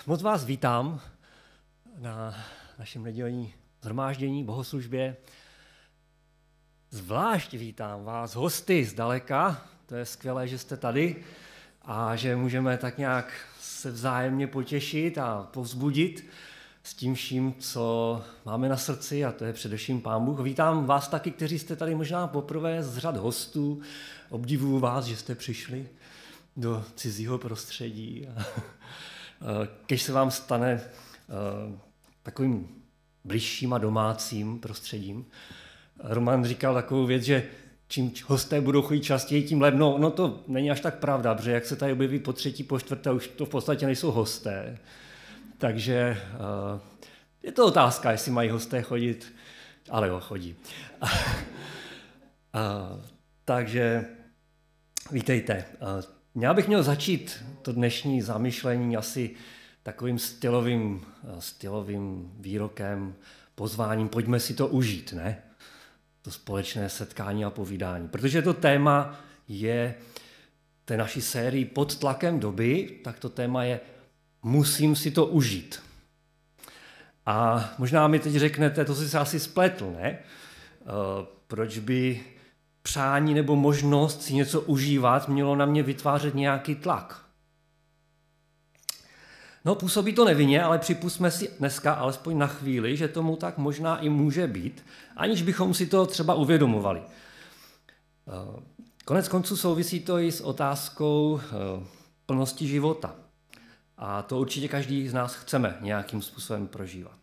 Moc vás vítám na našem nedělní shromáždění, bohoslužbě. Zvlášť vítám vás hosty zdaleka, to je skvělé, že jste tady a že můžeme tak nějak se vzájemně potěšit a povzbudit s tím vším, co máme na srdci, a to je především Pán Bůh. Vítám vás taky, kteří jste tady možná poprvé z řad hostů. Obdivuju vás, že jste přišli do cizího prostředí. Když se vám stane takovým bližším a domácím prostředím. Roman říkal takovou věc, že čím hosté budou chodit častěji, tím lépe. No to není až tak pravda, protože jak se tady objeví po třetí, po čtvrté, už to v podstatě nejsou hosté. Takže je to otázka, jestli mají hosté chodit, ale jo, chodí. Takže vítejte. Já bych měl začít to dnešní zamyšlení asi takovým stylovým výrokem, pozváním, pojďme si to užít, ne? To společné setkání a povídání. Protože to téma je té naší sérii Pod tlakem doby, tak to téma je musím si to užít. A možná mi teď řeknete, to jsi se asi spletl, ne? Proč by přání nebo možnost si něco užívat mělo na mě vytvářet nějaký tlak? No, působí to nevinně, ale připusťme si dneska alespoň na chvíli, že tomu tak možná i může být, aniž bychom si to třeba uvědomovali. Konec konců souvisí to i s otázkou plnosti života. A to určitě každý z nás chceme nějakým způsobem prožívat.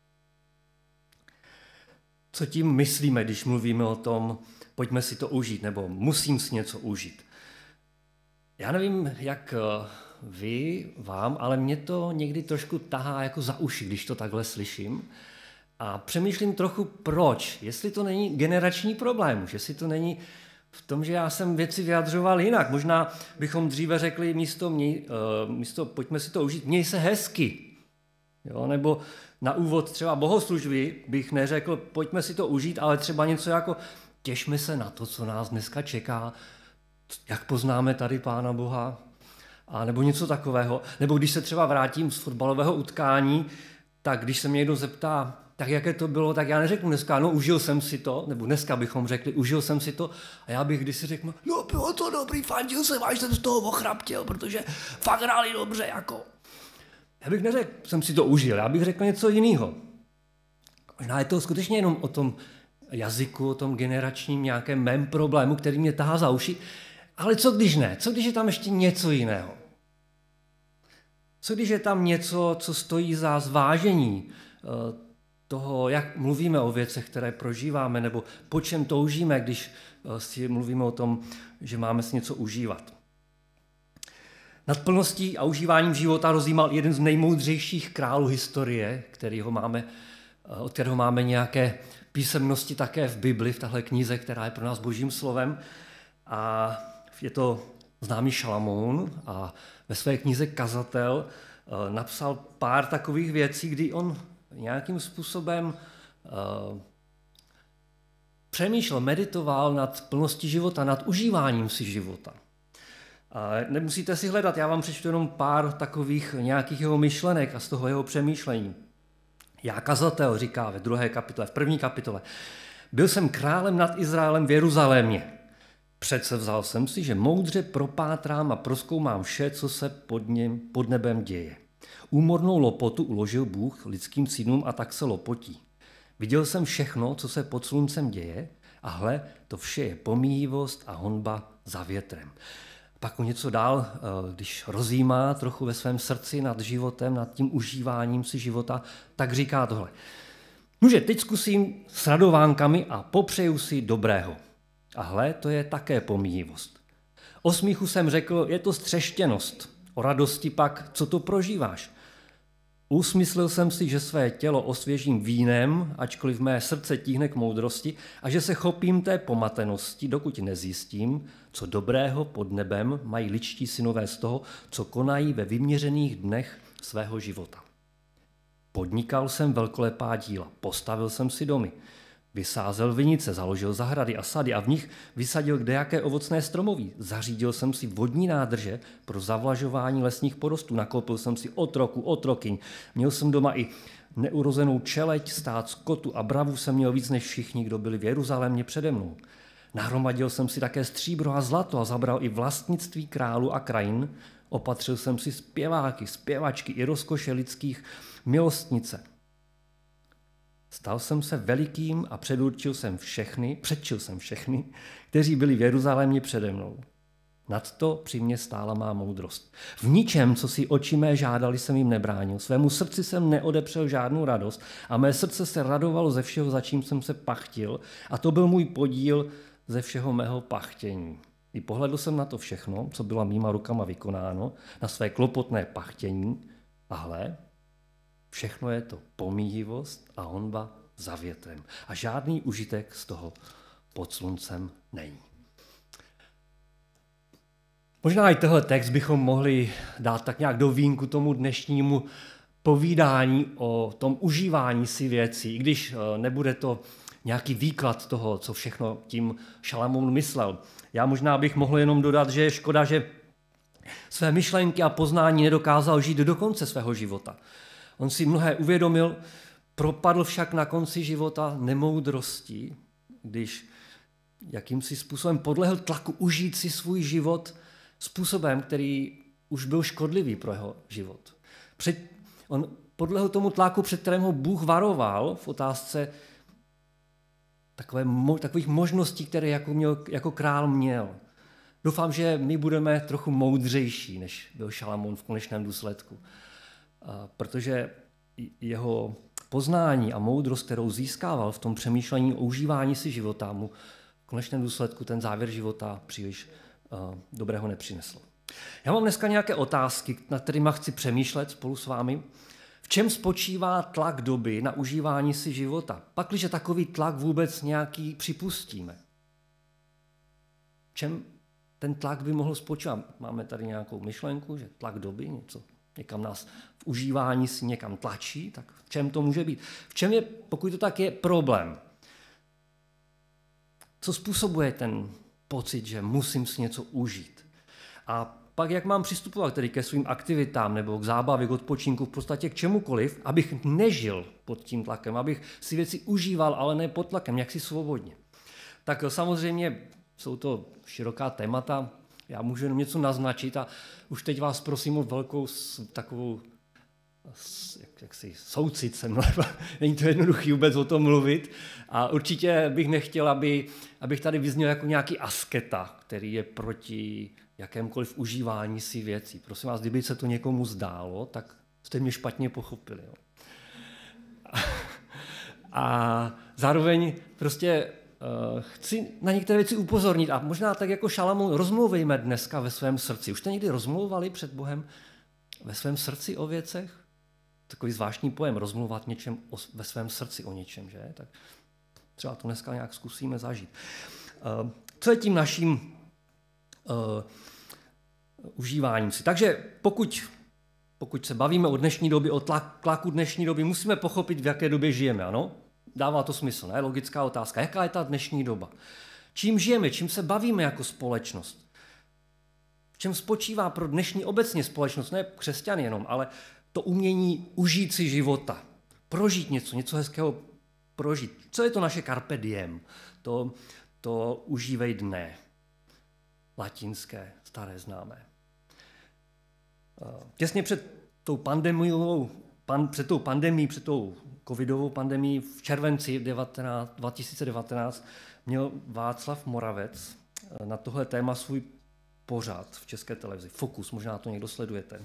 Co tím myslíme, když mluvíme o tom, pojďme si to užít, nebo musím si něco užít? Já nevím, jak vám, ale mě to někdy trošku tahá jako za uši, když to takhle slyším. A přemýšlím trochu proč, jestli to není generační problém, jestli to není v tom, že já jsem věci vyjadřoval jinak. Možná bychom dříve řekli místo pojďme si to užít, měj se hezky. Jo? Nebo na úvod třeba bohoslužby bych neřekl, pojďme si to užít, ale třeba něco jako těšme se na to, co nás dneska čeká, jak poznáme tady Pána Boha, a nebo něco takového. Nebo když se třeba vrátím z fotbalového utkání, tak když se mě někdo zeptá, tak jaké to bylo, tak já neřeknu dneska, no užil jsem si to, nebo dneska bychom řekli, užil jsem si to, a já bych kdysi řekl, no bylo to dobrý, fandil jsem, až jsem z toho ochraptěl, protože fakt hráli dobře, jako. Já bych neřekl, jsem si to užil, já bych řekl něco jiného. Možná je to skutečně jenom o tom jazyku, o tom generačním nějakém mém problému, který mě tahá za uši, ale co když ne? Co když je tam ještě něco jiného? Co když je tam něco, co stojí za zvážení toho, jak mluvíme o věcech, které prožíváme, nebo po čem toužíme, když si mluvíme o tom, že máme si něco užívat? Nad plností a užíváním života rozjímal jeden z nejmoudřejších králů historie, od kterého máme nějaké písemnosti také v Bibli, v tahle knize, která je pro nás Božím slovem. A je to známý Šalamoun a ve své knize Kazatel napsal pár takových věcí, kdy on nějakým způsobem přemýšlel, meditoval nad plností života, nad užíváním si života. A nemusíte si hledat, já vám přečtu jenom pár takových nějakých jeho myšlenek a z toho jeho přemýšlení. Já Kazatel říká ve 2. kapitole, v 1. kapitole, byl jsem králem nad Izraelem v Jeruzalémě. Přece vzal jsem si, že moudře propátrám a prozkoumám vše, co se pod nebem děje. Úmornou lopotu uložil Bůh lidským synům a tak se lopotí. Viděl jsem všechno, co se pod sluncem děje, a hle, to vše je pomíjivost a honba za větrem. Pak o něco dál, když rozjímá trochu ve svém srdci nad životem, nad tím užíváním si života, tak říká tohle. Nože, teď zkusím s radovánkami a popřeju si dobrého. A hle, to je také pomíjivost. O smíchu jsem řekl, je to střeštěnost. O radosti pak, co to prožíváš? Usmyslil jsem si, že své tělo osvěžím vínem, ačkoliv mé srdce tíhne k moudrosti, a že se chopím té pomatenosti, dokud nezjistím, co dobrého pod nebem mají lidští synové z toho, co konají ve vyměřených dnech svého života. Podnikal jsem velkolepá díla, postavil jsem si domy. Vysázel vinice, založil zahrady a sady a v nich vysadil kdejaké ovocné stromoví. Zařídil jsem si vodní nádrže pro zavlažování lesních porostů. Nakoupil jsem si otrokyň. Měl jsem doma i neurozenou čeleď, stát skotu a bravu jsem měl víc než všichni, kdo byli v Jeruzalémě přede mnou. Nahromadil jsem si také stříbro a zlato a zabral i vlastnictví králu a krajin. Opatřil jsem si zpěváky, zpěvačky i rozkoše lidských milostnice. Stal jsem se velikým a předčil jsem všechny, kteří byli v Jeruzalémě přede mnou. Nadto při mně stála má moudrost. V ničem, co si oči mé žádali, jsem jim nebránil. Svému srdci jsem neodepřel žádnou radost a mé srdce se radovalo ze všeho, za čím jsem se pachtil, a to byl můj podíl ze všeho mého pachtění. I pohledl jsem na to všechno, co bylo mýma rukama vykonáno, na své klopotné pachtění, a hle, všechno je to pomíjivost a honba za větrem. A žádný užitek z toho pod sluncem není. Možná i tenhle text bychom mohli dát tak nějak do vínku tomu dnešnímu povídání o tom užívání si věcí, i když nebude to nějaký výklad toho, co všechno tím Šalamoun myslel. Já možná bych mohl jenom dodat, že je škoda, že své myšlenky a poznání nedokázal žít do konce svého života. On si mnohé uvědomil, propadl však na konci života nemoudrostí, když jakýmsi způsobem podlehl tlaku užít si svůj život způsobem, který už byl škodlivý pro jeho život. On podlehl tomu tlaku, před kterým ho Bůh varoval v otázce takových možností, které jako král měl. Doufám, že my budeme trochu moudřejší, než byl Šalamoun v konečném důsledku. Protože jeho poznání a moudrost, kterou získával v tom přemýšlení o užívání si života, mu v konečném důsledku ten závěr života příliš dobrého nepřinesl. Já mám dneska nějaké otázky, nad kterými chci přemýšlet spolu s vámi. V čem spočívá tlak doby na užívání si života? Pakliže takový tlak vůbec nějaký připustíme. V čem ten tlak by mohl spočívat? Máme tady nějakou myšlenku, že tlak doby něco někam nás v užívání si někam tlačí, tak v čem to může být? V čem je, pokud to tak je, problém? Co způsobuje ten pocit, že musím si něco užít? A pak jak mám přistupovat tedy ke svým aktivitám nebo k zábavě, k odpočinku, v podstatě k čemukoliv, abych nežil pod tím tlakem, abych si věci užíval, ale ne pod tlakem, jak si svobodně. Tak samozřejmě jsou to široká témata, já můžu jenom něco naznačit a už teď vás prosím o velkou takovou soucit se mnou. Není to jednoduchý vůbec o tom mluvit a určitě bych nechtěl, abych tady vyzněl jako nějaký asketa, který je proti jakémkoliv užívání si věcí. Prosím vás, kdyby se to někomu zdálo, tak jste mě špatně pochopili. Jo. A zároveň prostě chci na některé věci upozornit a možná tak jako Šalamoun rozmluvejme dneska ve svém srdci. Už jste někdy rozmlouvali před Bohem ve svém srdci o věcech? Takový zvláštní pojem, rozmluvat ve svém srdci o něčem, že? Tak třeba to dneska nějak zkusíme zažít. Co je tím naším užíváním si? Takže pokud se bavíme o dnešní době, o tlaku dnešní doby, musíme pochopit, v jaké době žijeme, ano? Dává to smysl, ne? Logická otázka. Jaká je ta dnešní doba? Čím žijeme, čím se bavíme jako společnost? V čem spočívá pro dnešní obecně společnost, ne křesťany jenom, ale to umění užít si života, prožít něco hezkého prožít. Co je to naše carpe diem? To užívej dne. Latinské, staré známé. Těsně před tou pandemií, před tou covidovou pandemií v červenci 2019 měl Václav Moravec na tohle téma svůj pořad v České televizi. Fokus, možná to někdo sledujete.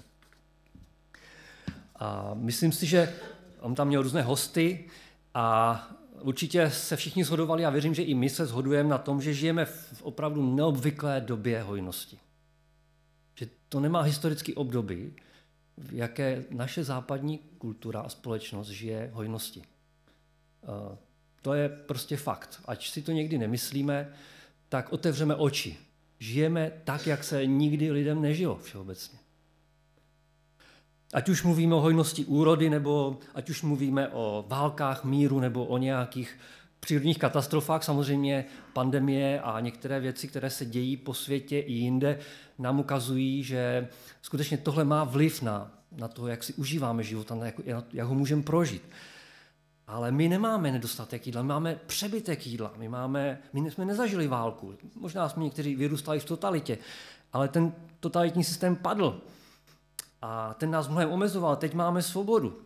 A myslím si, že on tam měl různé hosty a určitě se všichni shodovali a věřím, že i my se shodujeme na tom, že žijeme v opravdu neobvyklé době hojnosti. Že to nemá historický období, v jaké naše západní kultura a společnost žije hojnosti. To je prostě fakt. Ať si to někdy nemyslíme, tak otevřeme oči. Žijeme tak, jak se nikdy lidem nežilo všeobecně. Ať už mluvíme o hojnosti úrody, nebo ať už mluvíme o válkách, míru, nebo o nějakých přírodních katastrofách, samozřejmě pandemie a některé věci, které se dějí po světě i jinde, nám ukazují, že skutečně tohle má vliv na to, jak si užíváme život a jak ho můžeme prožít. Ale my nemáme nedostatek jídla, my máme přebytek jídla, my jsme nezažili válku. Možná jsme někteří vyrůstali v totalitě, ale ten totalitní systém padl a ten nás mnohem omezoval, teď máme svobodu.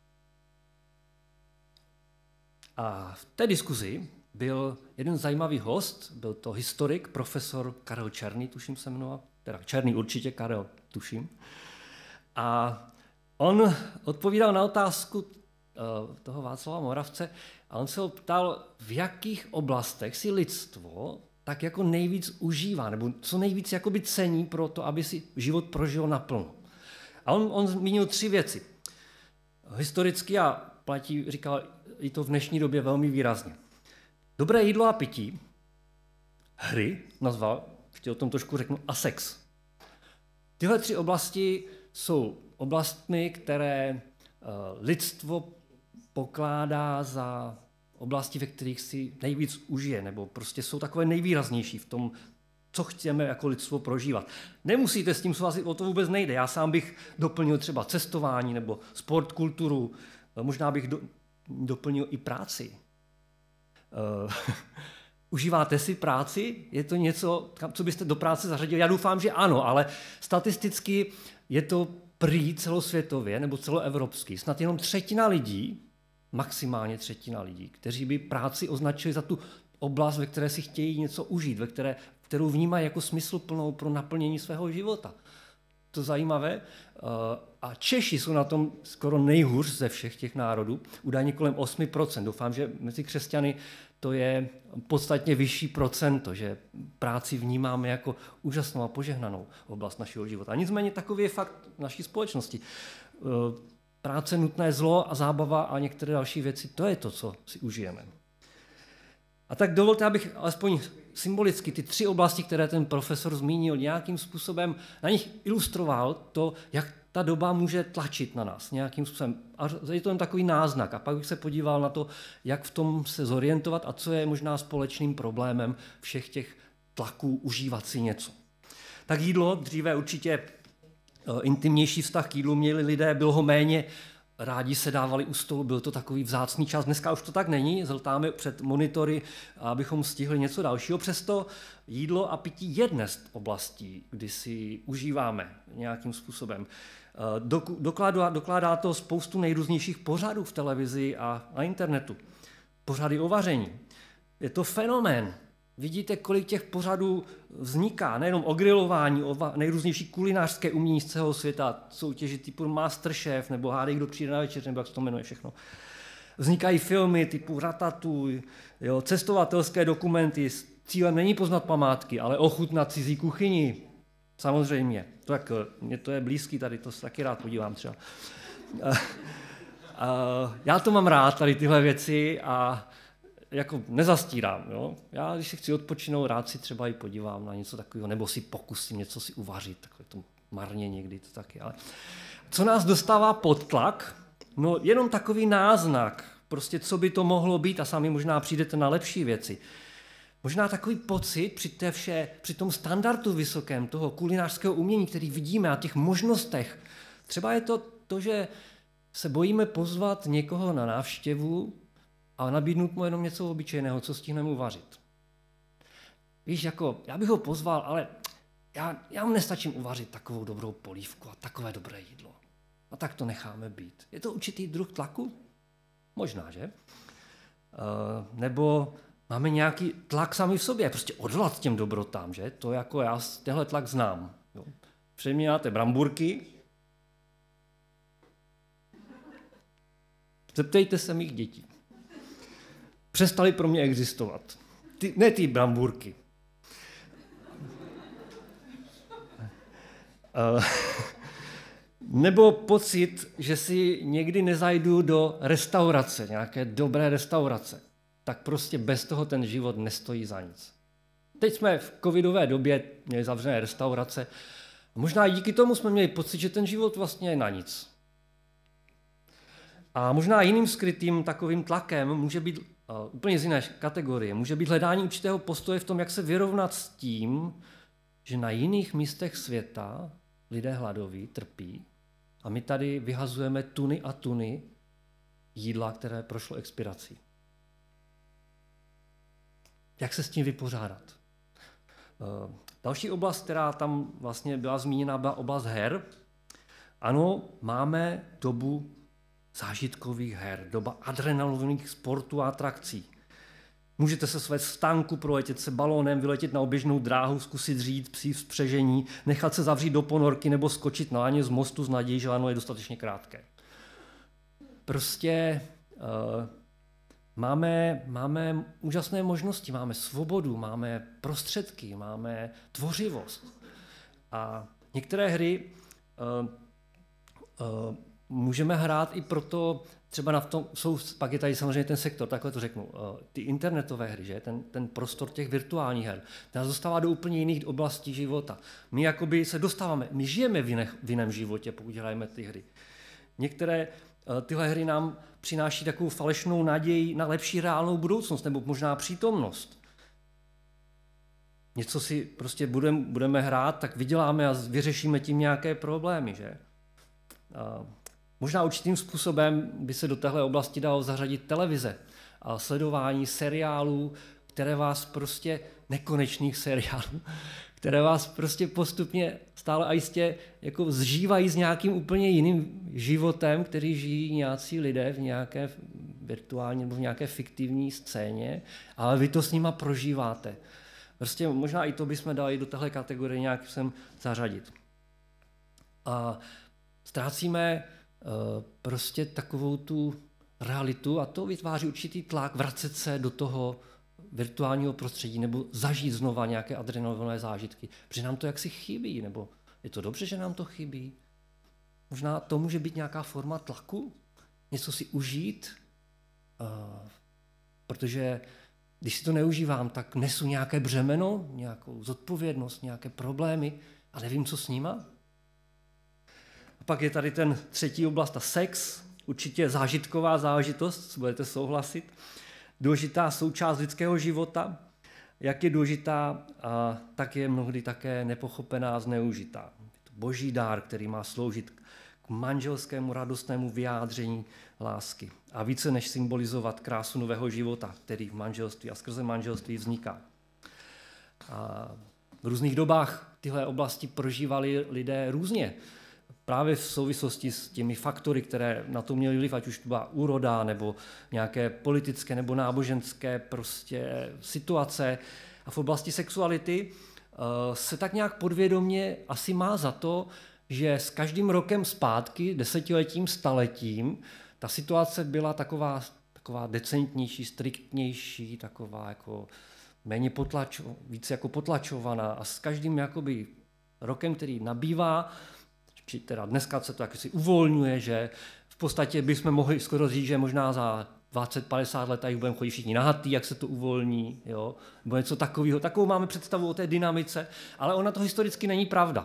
A v té diskuzi byl jeden zajímavý host, byl to historik, profesor Karel Černý, tuším se jmenoval, teda Černý určitě, Karel tuším. A on odpovídal na otázku toho Václava Moravce a on se ho ptal, v jakých oblastech si lidstvo tak jako nejvíc užívá, nebo co nejvíc jakoby cení pro to, aby si život prožil naplno. A on zmínil 3 věci. Historicky a platí, říkal i to v dnešní době velmi výrazně. Dobré jídlo a pití, hry nazval, ještě o tom trošku řeknu, a sex. Tyhle 3 oblasti jsou oblastmi, které lidstvo pokládá za oblasti, ve kterých si nejvíc užije, nebo prostě jsou takové nejvýraznější v tom, co chceme jako lidstvo prožívat. Nemusíte s tím souhlasit, o to vůbec nejde. Já sám bych doplnil třeba cestování nebo sport, kulturu, možná bych doplnil i práci. Užíváte si práci? Je to něco, co byste do práce zařadili? Já doufám, že ano, ale statisticky je to prý celosvětově nebo celoevropský. Snad jenom 1/3 lidí, maximálně 1/3 lidí, kteří by práci označili za tu oblast, ve které si chtějí něco užít, kterou vnímají jako smysluplnou pro naplnění svého života. To zajímavé. A Češi jsou na tom skoro nejhůř ze všech těch národů, údajně kolem 8%. Doufám, že mezi křesťany to je podstatně vyšší procento, že práci vnímáme jako úžasnou a požehnanou oblast našeho života. A nicméně takový je fakt naší společnosti. Práce, nutné zlo a zábava a některé další věci, to je to, co si užijeme. A tak dovolte, abych alespoň symbolicky ty 3 oblasti, které ten profesor zmínil, nějakým způsobem na nich ilustroval to, jak ta doba může tlačit na nás nějakým způsobem. A je to jen takový náznak. A pak bych se podíval na to, jak v tom se zorientovat a co je možná společným problémem všech těch tlaků užívat si něco. Tak jídlo, dříve určitě intimnější vztah k jídlu měli lidé, bylo ho méně, rádi se dávali u stolu, byl to takový vzácný čas. Dneska už to tak není, zhltáme před monitory, abychom stihli něco dalšího. Přesto jídlo a pití je dnes oblastí, kdy si užíváme nějakým způsobem. Dokládá to spoustu nejrůznějších pořadů v televizi a na internetu. Pořady o vaření. Je to fenomén. Vidíte, kolik těch pořadů vzniká, nejenom o grilování, o nejrůznější kulinářské umění z celého světa, soutěži typu Masterchef, nebo hádej, kdo přijde na večer, nebo jak se to jmenuje všechno. Vznikají filmy typu Ratatouille, cestovatelské dokumenty, s cílem není poznat památky, ale ochutnat cizí kuchyni. Samozřejmě, tak mně to je blízký tady, to se taky rád podívám třeba. Já to mám rád, tady tyhle věci a jako nezastírám. Jo? Já, když si chci odpočinout, rád si třeba i podívám na něco takového, nebo si pokusím něco si uvařit, takhle to marně někdy to taky. Ale co nás dostává pod tlak? No jenom takový náznak, prostě co by to mohlo být a sami možná přijdete na lepší věci. Možná takový pocit při tom standardu vysokém toho kulinářského umění, který vidíme a těch možnostech. Třeba je to, že se bojíme pozvat někoho na návštěvu a nabídnout mu jenom něco obyčejného, co stihneme uvařit. Víš, jako, já bych ho pozval, ale já mu nestačím uvařit takovou dobrou polívku a takové dobré jídlo. A tak to necháme být. Je to určitý druh tlaku? Možná, že? Nebo máme nějaký tlak sami v sobě, prostě odolat těm dobrotám, že? To jako já tenhle tlak znám. Jo. Přeměňáte bramburky, zeptejte se mých dětí. Přestaly pro mě existovat. Ne ty bramburky. Nebo pocit, že si někdy nezajdu do restaurace, nějaké dobré restaurace. Tak prostě bez toho ten život nestojí za nic. Teď jsme v covidové době měli zavřené restaurace. Možná i díky tomu jsme měli pocit, že ten život vlastně je na nic. A možná jiným skrytým takovým tlakem může být úplně z jiné kategorie. Může být hledání určitého postoje v tom, jak se vyrovnat s tím, že na jiných místech světa lidé hladoví, trpí a my tady vyhazujeme tuny a tuny jídla, které prošlo expirací. Jak se s tím vypořádat? Další oblast, která tam vlastně byla zmíněna, byla oblast her. Ano, máme dobu zážitkových her, doba adrenalinových sportů a atrakcí. Můžete se svést v tanku, proletět se balónem, vyletět na oběžnou dráhu, zkusit řídit psí spřežení, nechat se zavřít do ponorky nebo skočit na laně z mostu s nadějí, že lano je dostatečně krátké. Prostě máme úžasné možnosti, máme svobodu, máme prostředky, máme tvořivost. A některé hry můžeme hrát i proto, třeba na tom, pak je tady samozřejmě ten sektor, takhle to řeknu, ty internetové hry, že? Ten prostor těch virtuálních her, nás dostává do úplně jiných oblastí života. My jakoby se dostáváme, my žijeme v jiném životě, pokud hrajeme ty hry. Některé tyhle hry nám přináší takovou falešnou naději na lepší reálnou budoucnost, nebo možná přítomnost. Něco si prostě budeme hrát, tak vyděláme a vyřešíme tím nějaké problémy, že? Možná určitým způsobem by se do téhle oblasti dalo zařadit televize a sledování seriálů, které vás prostě, nekonečných seriálů, které vás prostě postupně stále a jistě jako zžívají s nějakým úplně jiným životem, který žijí nějací lidé v nějaké virtuální nebo v nějaké fiktivní scéně, ale vy to s nima prožíváte. Prostě možná i to bychom dali do téhle kategorie nějak sem zařadit. A ztrácíme prostě takovou tu realitu a to vytváří určitý tlak vracet se do toho virtuálního prostředí nebo zažít znova nějaké adrenalinové zážitky, protože nám to jaksi chybí, nebo je to dobře, že nám to chybí. Možná to může být nějaká forma tlaku, něco si užít, protože když si to neužívám, tak nesu nějaké břemeno, nějakou zodpovědnost, nějaké problémy a nevím, co s nima. A pak je tady ten třetí oblast, a sex, určitě zážitková záležitost, budete souhlasit, důležitá součást lidského života, jak je důležitá, tak je mnohdy také nepochopená, zneužitá. Je to boží dár, který má sloužit k manželskému radostnému vyjádření lásky a více než symbolizovat krásu nového života, který v manželství a skrze manželství vzniká. A v různých dobách tyhle oblasti prožívali lidé různě. Právě v souvislosti s těmi faktory, které na to měly vliv, ať už to byla úroda, nebo nějaké politické nebo náboženské prostě situace. A v oblasti sexuality se tak nějak podvědomě asi má za to, že s každým rokem zpátky, desetiletím, staletím, ta situace byla taková decentnější, striktnější, taková jako méně více jako potlačovaná. A s každým jakoby rokem, který nabývá, či teda dneska se to jaksi uvolňuje, že v podstatě bychom mohli skoro říct, že možná za 20-50 let tady budeme chodit všichni nahatý, jak se to uvolní, jo? Nebo něco takového. Takovou máme představu o té dynamice, ale ona to historicky není pravda.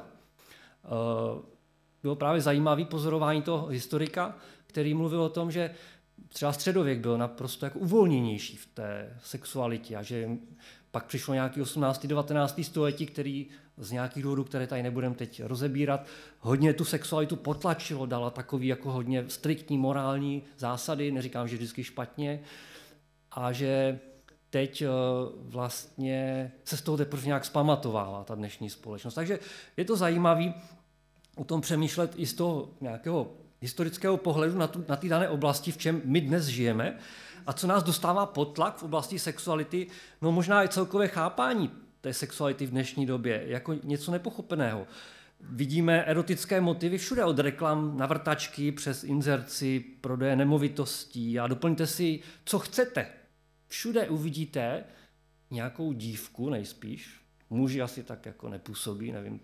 Bylo právě zajímavé pozorování toho historika, který mluvil o tom, že třeba středověk byl naprosto jako uvolněnější v té sexualitě a že pak přišlo nějaký 18. 19. století, který z nějakých důvodů, které tady nebudeme teď rozebírat, hodně tu sexualitu potlačilo, dala takový jako hodně striktní morální zásady, neříkám, že vždycky špatně, a že teď vlastně se z toho teprve nějak zpamatovává ta dnešní společnost. Takže je to zajímavé o tom přemýšlet i z toho nějakého historického pohledu na ty dané oblasti, v čem my dnes žijeme a co nás dostává pod tlak v oblasti sexuality, no možná i celkové chápání té sexuality v dnešní době, jako něco nepochopeného. Vidíme erotické motivy všude, od reklam na vrtačky přes inzerci, prodeje nemovitostí a doplňte si, co chcete. Všude uvidíte nějakou dívku, nejspíš, muži asi tak jako nepůsobí, nevím,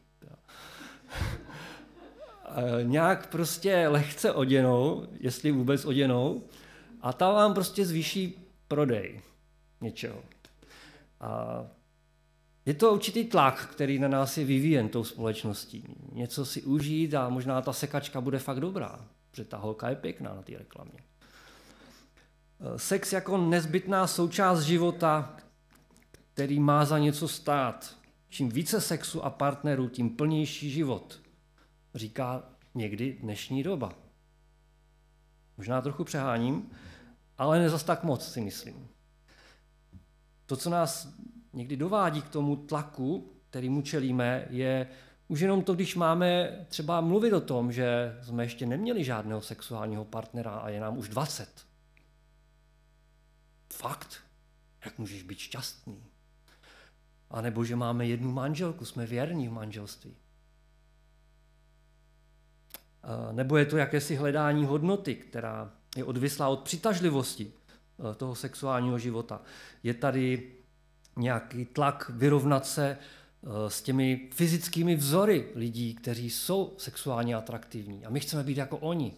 nějak prostě lehce oděnou, jestli vůbec oděnou, a ta vám prostě zvýší prodej něčeho. A je to určitý tlak, který na nás je vyvíjen tou společností. Něco si užít a možná ta sekačka bude fakt dobrá, protože ta holka je pěkná na té reklamě. Sex jako nezbytná součást života, který má za něco stát. Čím více sexu a partnerů, tím plnější život, říká někdy dnešní doba. Možná trochu přeháním, ale ne zas tak moc, si myslím. To, co nás někdy dovádí k tomu tlaku, kterýmu čelíme, je už jenom to, když máme třeba mluvit o tom, že jsme ještě neměli žádného sexuálního partnera a je nám už 20. Fakt? Jak můžeš být šťastný? A nebo že máme jednu manželku, jsme věrní v manželství. A nebo je to jakési hledání hodnoty, která je odvislá od přitažlivosti toho sexuálního života. Je tady nějaký tlak vyrovnat se s těmi fyzickými vzory lidí, kteří jsou sexuálně atraktivní. A my chceme být jako oni.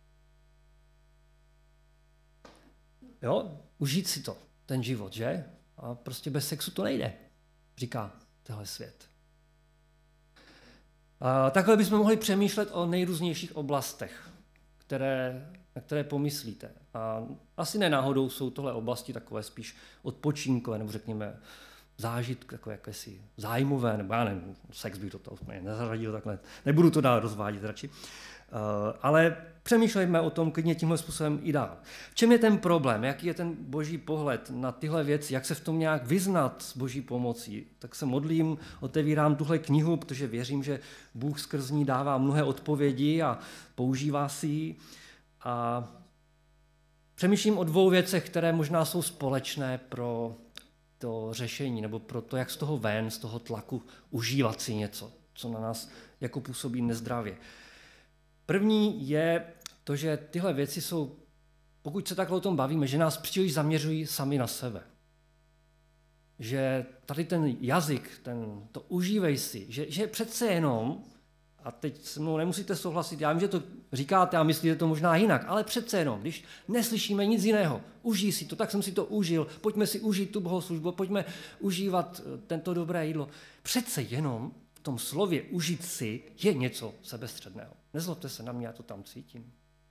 Jo? Užít si to, ten život, že? A prostě bez sexu to nejde, říká tenhle svět. A takhle bychom mohli přemýšlet o nejrůznějších oblastech, na které pomyslíte. A asi nenáhodou jsou tohle oblasti takové spíš odpočinkové, nebo řekněme zážitky, jako jakési zájmové, nebo já nevím, sex bych do toho nezařadil takhle, nebudu to dál rozvádět radši. Ale přemýšlejme o tom klidně tímhle způsobem i dál. V čem je ten problém? Jaký je ten boží pohled na tyhle věci? Jak se v tom nějak vyznat s boží pomocí? Tak se modlím, otevírám tuhle knihu, protože věřím, že Bůh skrz ní dává mnohé odpovědi a používá si ji. A přemýšlím o dvou věcech, které možná jsou společné pro to řešení, nebo pro to, jak z toho ven, z toho tlaku užívat si něco, co na nás jako působí nezdravě. První je to, že tyhle věci jsou, pokud se takhle o tom bavíme, že nás příliš zaměřují sami na sebe. Že tady ten jazyk, to užívej si, že přece jenom, a teď se mnou nemusíte souhlasit, já vím, že to říkáte a myslíte to možná jinak, ale přece jenom, když neslyšíme nic jiného, užij si to, tak jsem si to užil, pojďme si užít tu bohoslužbu, pojďme užívat tento dobré jídlo. Přece jenom v tom slově užít si je něco sebestředného. Nezlobte se na mě, já to tam cítím.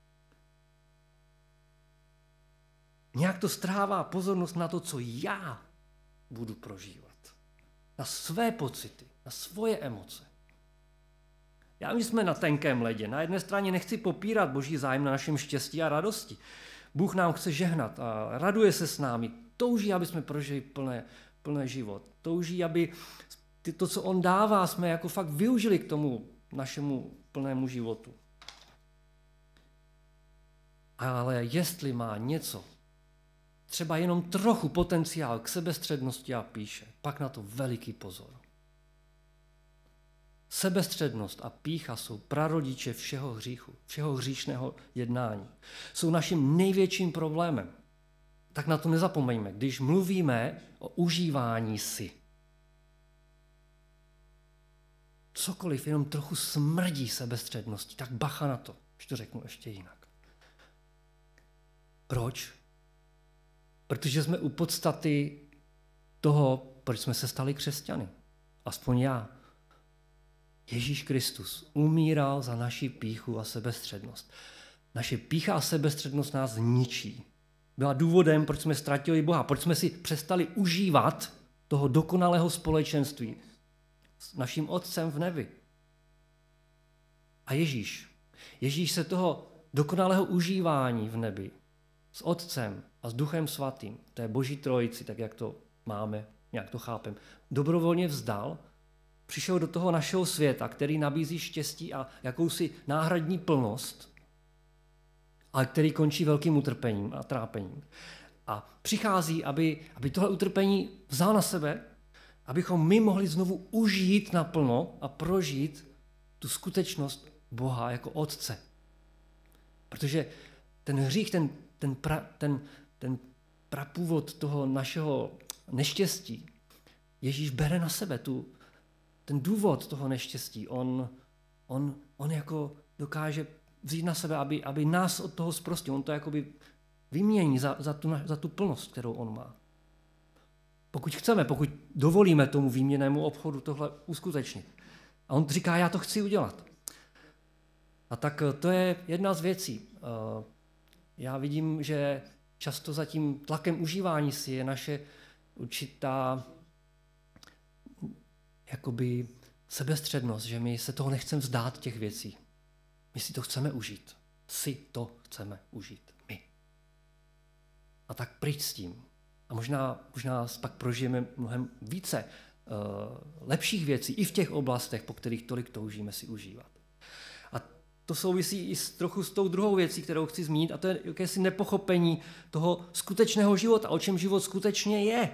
Nějak to strhává pozornost na to, co já budu prožívat. Na své pocity, na svoje emoce. Já vím, že jsme na tenkém ledě. Na jedné straně nechci popírat boží zájem na našem štěstí a radosti. Bůh nám chce žehnat a raduje se s námi. Touží, aby jsme prožili plný život. Touží, aby to, co on dává, jsme jako fakt využili k tomu našemu plnému životu. Ale jestli má něco, třeba jenom trochu potenciál k sebestřednosti a píše, pak na to veliký pozor. Sebestřednost a pýcha jsou prarodiče všeho hříchu, všeho hříšného jednání. Jsou naším největším problémem. Tak na to nezapomeňme, když mluvíme o užívání si. Cokoliv jenom trochu smrdí sebestřednosti, tak bacha na to, když to řeknu ještě jinak. Proč? Protože jsme u podstaty toho, proč jsme se stali křesťany. Aspoň já. Ježíš Kristus umíral za naši pýchu a sebestřednost. Naše pýcha a sebestřednost nás ničí. Byla důvodem, proč jsme ztratili Boha, proč jsme si přestali užívat toho dokonalého společenství s naším Otcem v nebi. A Ježíš se toho dokonalého užívání v nebi s Otcem a s Duchem Svatým, té Boží trojici, tak jak to máme, jak to chápem, dobrovolně vzdal, přišel do toho našeho světa, který nabízí štěstí a jakousi náhradní plnost, ale který končí velkým utrpením a trápením. A přichází, aby tohle utrpení vzal na sebe, abychom my mohli znovu užít naplno a prožít tu skutečnost Boha jako Otce. Protože ten hřích, ten prapůvod toho našeho neštěstí, Ježíš bere na sebe ten důvod toho neštěstí. On jako dokáže vzít na sebe, aby nás od toho zprostil. On to jakoby vymění za tu plnost, kterou on má. Pokud chceme, pokud dovolíme tomu výměnnému obchodu tohle uskutečnit. A on říká, já to chci udělat. A tak to je jedna z věcí. Já vidím, že často za tím tlakem užívání si je naše určitá jakoby sebestřednost, že my se toho nechceme vzdát těch věcí. My si to chceme užít. Si to chceme užít. My. A tak pryč s tím. A možná pak prožijeme mnohem více lepších věcí i v těch oblastech, po kterých tolik toužíme si užívat. A to souvisí i trochu s tou druhou věcí, kterou chci zmínit, a to je jakési nepochopení toho skutečného života, o čem život skutečně je.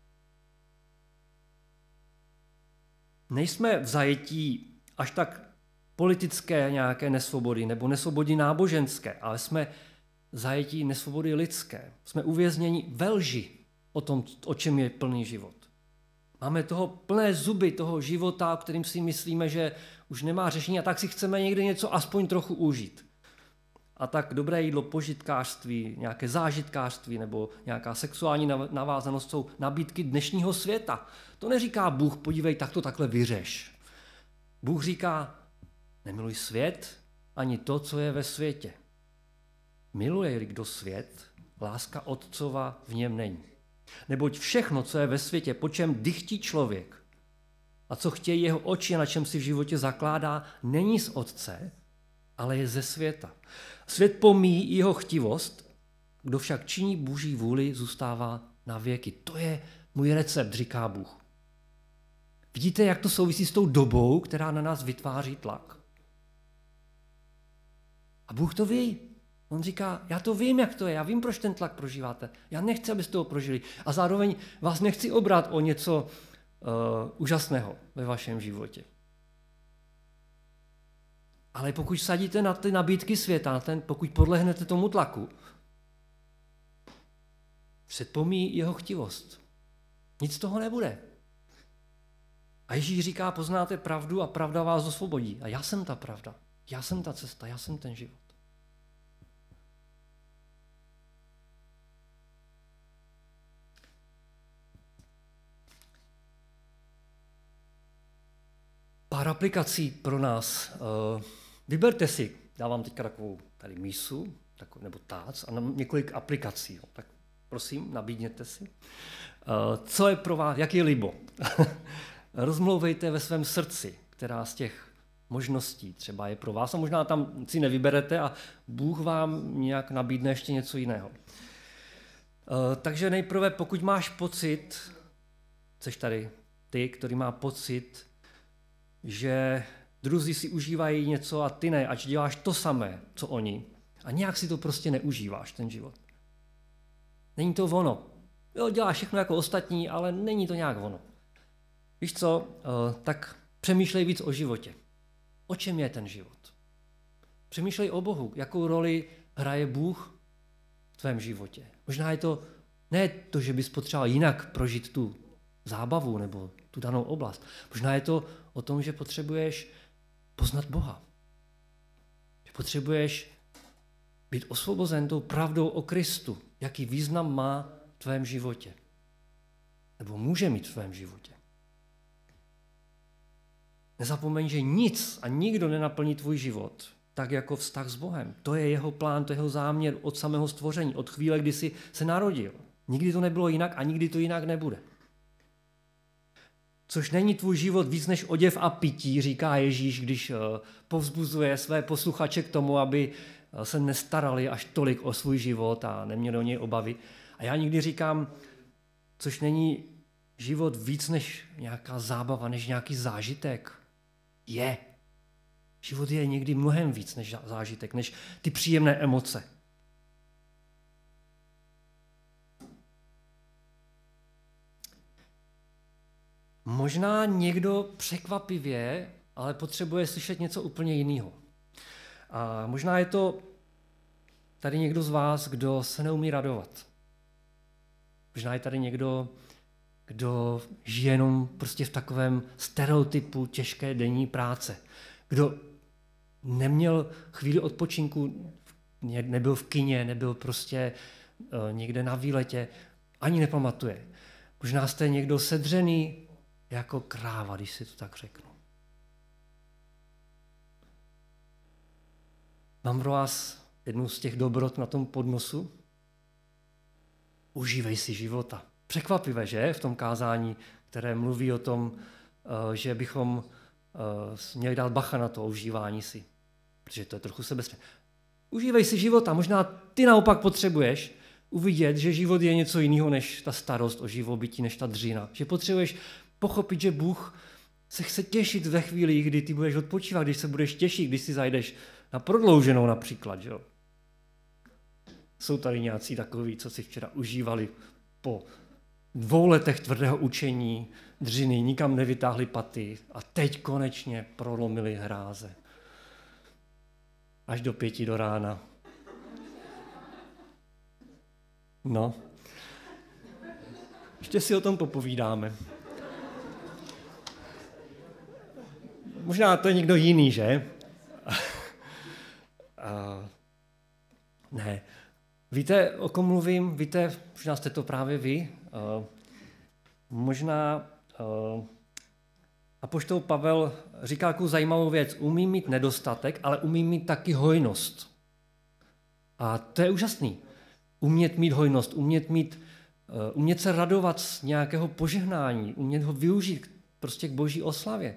Nejsme v zajetí až tak politické nějaké nesvobody nebo nesvobody náboženské, ale jsme v zajetí nesvobody lidské. Jsme uvězněni ve lži o tom, o čem je plný život. Máme toho plné zuby toho života, o kterým si myslíme, že už nemá řešení, a tak si chceme někde něco aspoň trochu užít. A tak dobré jídlo, požitkářství, nějaké zážitkářství nebo nějaká sexuální navázanost jsou nabídky dnešního světa. To neříká Bůh, podívej, tak to takhle vyřeš. Bůh říká, nemiluj svět ani to, co je ve světě. Miluje-li kdo svět, láska Otcova v něm není. Neboť všechno, co je ve světě, po čem dychtí člověk a co chtějí jeho oči a na čem si v životě zakládá, není z Otce, ale je ze světa. Svět pomíjí jeho chtivost, kdo však činí Boží vůli, zůstává na věky. To je můj recept, říká Bůh. Vidíte, jak to souvisí s tou dobou, která na nás vytváří tlak? A Bůh to ví. On říká, já to vím, jak to je, já vím, proč ten tlak prožíváte. Já nechci, abyste ho prožili. A zároveň vás nechci obrat o něco úžasného ve vašem životě. Ale pokud sadíte na ty nabídky světa, pokud podlehnete tomu tlaku, svět pomíjí jeho chtivost. Nic z toho nebude. A Ježíš říká, poznáte pravdu a pravda vás osvobodí. A já jsem ta pravda, já jsem ta cesta, já jsem ten život. Pár aplikací pro nás. Vyberte si, dávám teďka takovou tady mísu, nebo tác a několik aplikací. Tak prosím, nabídněte si. Co je pro vás, jak je libo? Rozmlouvejte ve svém srdci, která z těch možností třeba je pro vás, a možná tam si nevyberete a Bůh vám nějak nabídne ještě něco jiného. Takže nejprve, pokud máš pocit, jseš tady ty, který má pocit, že druzí si užívají něco a ty ne, ať děláš to samé, co oni, a nějak si to prostě neužíváš, ten život. Není to ono. Jo, děláš všechno jako ostatní, ale není to nějak ono. Víš co, tak přemýšlej víc o životě. O čem je ten život? Přemýšlej o Bohu, jakou roli hraje Bůh v tvém životě. Možná je to ne to, že bys potřeboval jinak prožít tu zábavu nebo tu danou oblast. Možná je to o tom, že potřebuješ poznat Boha. Že potřebuješ být osvobozen tou pravdou o Kristu, jaký význam má v tvém životě. Nebo může mít v tvém životě. Nezapomeň, že nic a nikdo nenaplní tvůj život tak jako vztah s Bohem. To je jeho plán, to je jeho záměr od samého stvoření, od chvíle, kdy jsi se narodil. Nikdy to nebylo jinak a nikdy to jinak nebude. Což není tvůj život víc než oděv a pití, říká Ježíš, když povzbuzuje své posluchače k tomu, aby se nestarali až tolik o svůj život a neměli o něj obavy. A já někdy říkám, což není život víc než nějaká zábava, než nějaký zážitek. Je. Život je někdy mnohem víc než zážitek, než ty příjemné emoce. Možná někdo překvapivě, ale potřebuje slyšet něco úplně jiného. A možná je to tady někdo z vás, kdo se neumí radovat. Možná je tady někdo, kdo žije jenom prostě v takovém stereotypu těžké denní práce. Kdo neměl chvíli odpočinku, nebyl v kině, nebyl prostě někde na výletě, ani nepamatuje. Možná jste někdo sedřený jako kráva, když si to tak řeknu. Mám pro vás jednu z těch dobrot na tom podnosu. Užívej si života. Překvapivé, že? V tom kázání, které mluví o tom, že bychom měli dát bacha na to užívání si. Protože to je trochu sebestředné. Užívej si života. Možná ty naopak potřebuješ uvidět, že život je něco jiného než ta starost o živobytí, než ta dřina. Že potřebuješ pochopit, že Bůh se chce těšit ve chvíli, kdy ty budeš odpočívat, když se budeš těšit, když si zajdeš na prodlouženou například. Že jo? Jsou tady nějací takoví, co si včera užívali po 2 letech tvrdého učení, dřiny, nikam nevytáhli paty a teď konečně prolomili hráze. Až do 5 do rána. No. Ještě si o tom popovídáme. Možná to je někdo jiný, že? Ne. Víte, o kom mluvím? Víte, možná jste to právě vy. Možná apoštol Pavel říká takovou zajímavou věc. Umí mít nedostatek, ale umí mít taky hojnost. A to je úžasný. Umět mít hojnost, umět se radovat z nějakého požehnání, umět ho využít prostě k boží oslavě.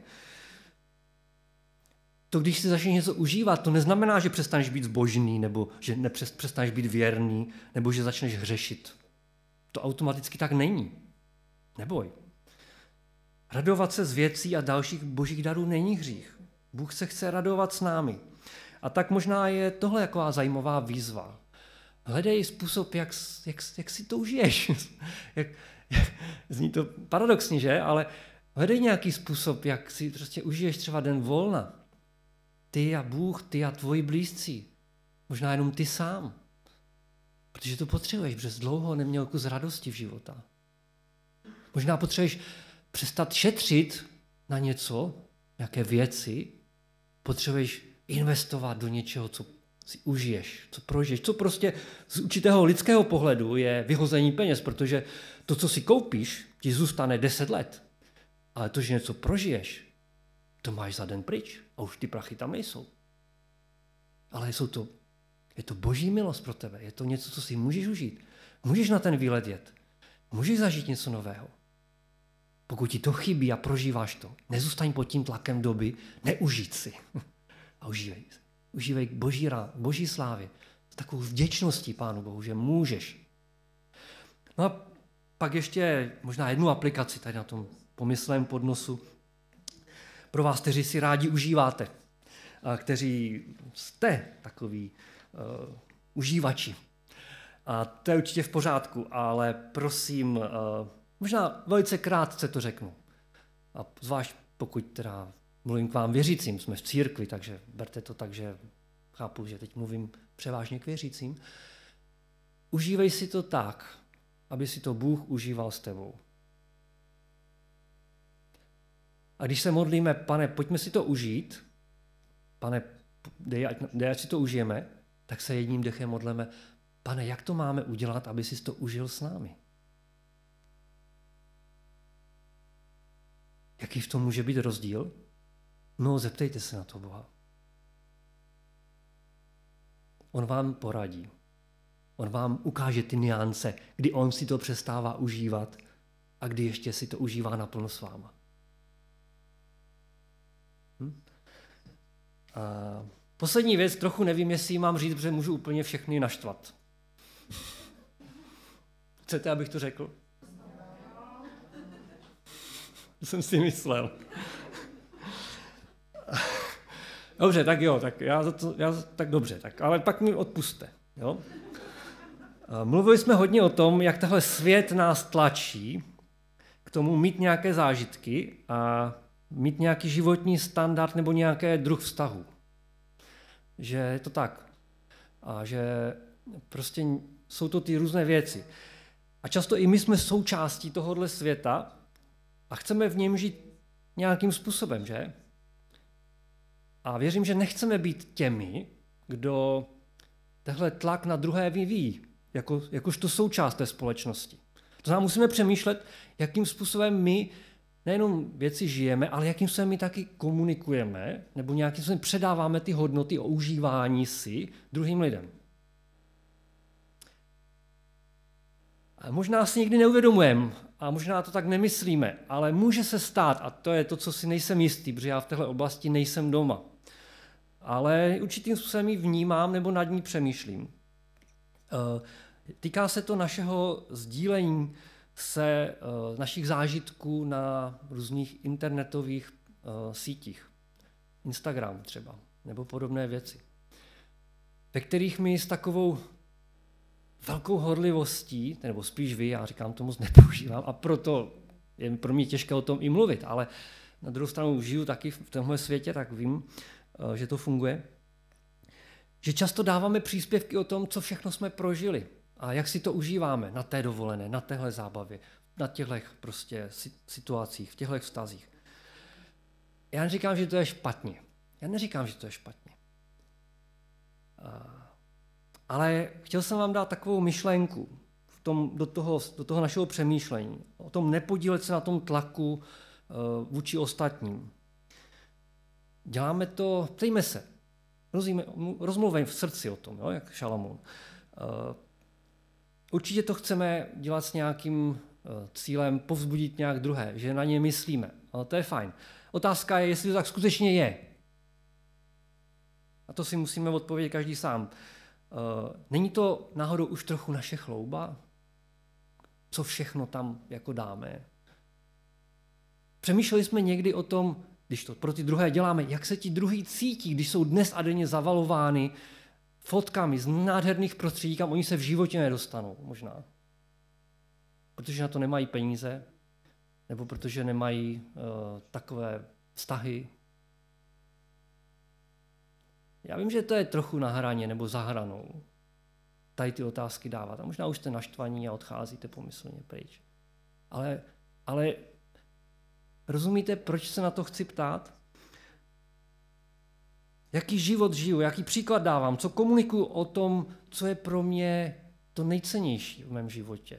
To, když si začneš něco užívat, to neznamená, že přestaneš být zbožný, nebo že přestaneš být věrný, nebo že začneš hřešit. To automaticky tak není. Neboj. Radovat se z věcí a dalších božích darů není hřích. Bůh se chce radovat s námi. A tak možná je tohle taková zajímavá výzva. Hledej způsob, jak si to užiješ. Zní to paradoxně, že? Ale hledej nějaký způsob, jak si prostě užiješ třeba den volna. Ty a Bůh, ty a tvoji blízcí. Možná jenom ty sám. Protože to potřebuješ, protože dlouho neměl kus radosti v života. Možná potřebuješ přestat šetřit na něco, nějaké věci. Potřebuješ investovat do něčeho, co si užiješ, co prožiješ, co prostě z určitého lidského pohledu je vyhození peněz, protože to, co si koupíš, ti zůstane 10 let. Ale to, že něco prožiješ, to máš za den pryč a už ty prachy tam nejsou. Ale je to boží milost pro tebe, je to něco, co si můžeš užít. Můžeš na ten výlet jet, můžeš zažít něco nového. Pokud ti to chybí a prožíváš to, nezůstaň pod tím tlakem doby, neužít si a užívej. Užívej k boží slávě, s takovou vděčností Pánu Bohu, že můžeš. No a pak ještě možná jednu aplikaci tady na tom pomyslném podnosu. Pro vás, kteří si rádi užíváte, a kteří jste takový užívači. A to je určitě v pořádku, ale prosím, možná velice krátce to řeknu. A zvlášť pokud teda mluvím k vám věřícím, jsme v církvi, takže berte to tak, že chápu, že teď mluvím převážně k věřícím. Užívej si to tak, aby si to Bůh užíval s tebou. A když se modlíme, Pane, pojďme si to užít, Pane, dej, ať si to užijeme, tak se jedním dechem modleme, Pane, jak to máme udělat, aby si to užil s námi? Jaký v tom může být rozdíl? No, zeptejte se na to Boha. On vám poradí. On vám ukáže ty nuance, kdy on si to přestává užívat a kdy ještě si to užívá naplno s váma. A poslední věc, trochu nevím, jestli mám říct, protože můžu úplně všechny naštvat. Chcete, abych to řekl? To jsem si myslel. Dobře, tak jo, tak dobře, tak, ale pak mi odpusťte. Jo? Mluvili jsme hodně o tom, jak tahle svět nás tlačí k tomu mít nějaké zážitky a mít nějaký životní standard nebo nějaké druh vztahu. Že je to tak. A že prostě jsou to ty různé věci. A často i my jsme součástí tohohle světa a chceme v něm žít nějakým způsobem, že? A věřím, že nechceme být těmi, kdo tehle tlak na druhé vyvíjí, jakožto součást té společnosti. To znamená, musíme přemýšlet, jakým způsobem my nejenom věci žijeme, ale jakým způsobem my taky komunikujeme, nebo nějakým způsobem předáváme ty hodnoty o užívání si druhým lidem. Možná si nikdy neuvědomujeme a možná to tak nemyslíme, ale může se stát, a to je to, co si nejsem jistý, protože já v téhle oblasti nejsem doma. Ale určitým způsobem ji vnímám nebo nad ní přemýšlím. Týká se to našeho sdílení se našich zážitků na různých internetových sítích. Instagram třeba, nebo podobné věci, ve kterých my s takovou velkou horlivostí, nebo spíš vy, já říkám, to moc nepoužívám a proto je pro mě těžké o tom i mluvit, ale na druhou stranu žiju taky v tomhle světě, tak vím, že to funguje, že často dáváme příspěvky o tom, co všechno jsme prožili a jak si to užíváme na té dovolené, na téhle zábavě, na těchto prostě situacích, v těchto vztazích. Já neříkám, že to je špatně. Ale chtěl jsem vám dát takovou myšlenku do toho našeho přemýšlení. O tom nepodílet se na tom tlaku vůči ostatním. Děláme to, ptejme se, rozmluvejme v srdci o tom, jo, jak Šalamoun. Určitě to chceme dělat s nějakým cílem povzbudit nějak druhé, že na ně myslíme. Ale to je fajn. Otázka je, jestli to tak skutečně je. A to si musíme odpovědět každý sám. Není to náhodou už trochu naše chlouba? Co všechno tam jako dáme? Přemýšleli jsme někdy o tom, když to pro ty druhé děláme, jak se ti druhý cítí, když jsou dnes a denně zavalovány fotkami z nádherných prostředí, kam oni se v životě nedostanou možná. Protože na to nemají peníze, nebo protože nemají takové vztahy. Já vím, že to je trochu na hraně nebo za hranou. Tady ty otázky dávat. A možná už jste naštvaní a odcházíte pomyslně pryč. Ale rozumíte, proč se na to chci ptát? Jaký život žiju, jaký příklad dávám, co komunikuju o tom, co je pro mě to nejcennější v mém životě.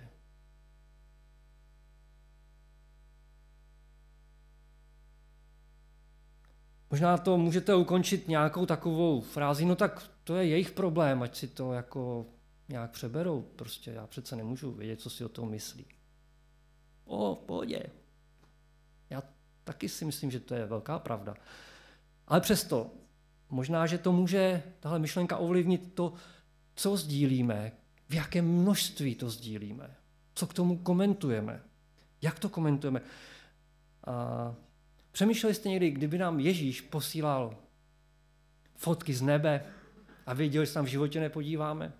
Možná to můžete ukončit nějakou takovou frází, no tak to je jejich problém, ať si to jako nějak přeberou. Prostě já přece nemůžu vědět, co si o tom myslí. V pohodě. Já taky si myslím, že to je velká pravda. Ale přesto, možná, že to může, tahle myšlenka ovlivnit to, co sdílíme, v jakém množství to sdílíme, co k tomu komentujeme, jak to komentujeme. Přemýšleli jste někdy, kdyby nám Ježíš posílal fotky z nebe a věděli, že se tam v životě nepodíváme?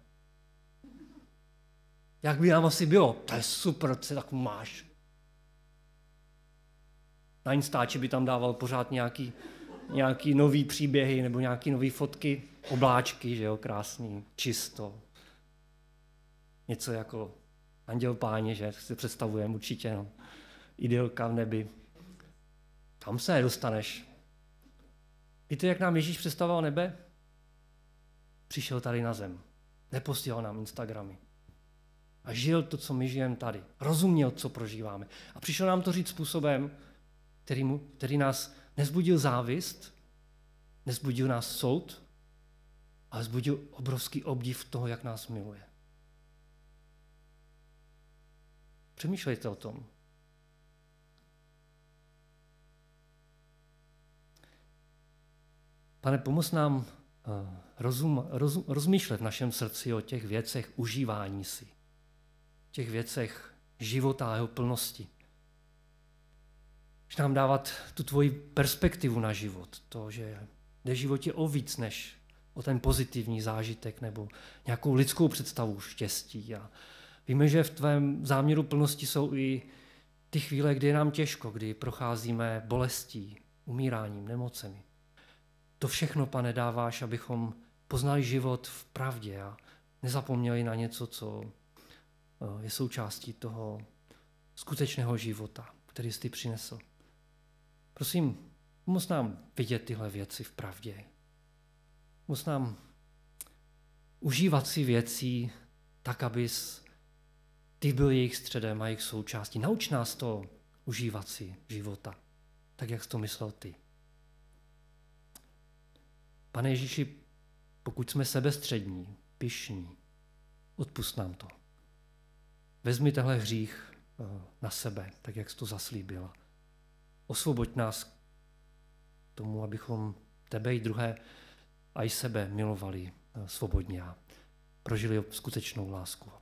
Jak by nám asi bylo? To je super, co tak máš. Na Instači by tam dával pořád nějaký nový příběhy nebo nějaký nový fotky, obláčky, že jo, krásný, čisto. Něco jako Anděl Páně, že si představujeme určitě, no. Idylka v nebi. Tam se nedostaneš. Víte, jak nám Ježíš představoval nebe? Přišel tady na zem. Neposílal nám Instagramy. A žil to, co my žijeme tady. Rozuměl, co prožíváme. A přišel nám to říct způsobem, který nás nezbudil závist, nezbudil nás soud, ale zbudil obrovský obdiv toho, jak nás miluje. Přemýšlejte o tom. Pane, pomoz nám rozmýšlet v našem srdci o těch věcech užívání si, těch věcech života a jeho plnosti. Že nám dávat tu tvoji perspektivu na život, to, že jde v životě o víc než o ten pozitivní zážitek nebo nějakou lidskou představu štěstí. A víme, že v tvém záměru plnosti jsou i ty chvíle, kdy je nám těžko, kdy procházíme bolestí, umíráním, nemocemi. To všechno, Pane, dáváš, abychom poznali život v pravdě a nezapomněli na něco, co je součástí toho skutečného života, který jsi ty přinesl. Prosím, pomoz nám vidět tyhle věci v pravdě. Pomoz nám užívat si věcí tak, abys ty byl jejich středem a jejich součástí. Nauč nás to užívat si života, tak, jak jsi to myslel ty. Pane Ježíši, pokud jsme sebestřední, pyšní, odpusť nám to. vezmi tenhle hřích na sebe, tak jak jsi to zaslíbila. Osvoboď nás tomu, abychom tebe i druhé a i sebe milovali svobodně a prožili skutečnou lásku.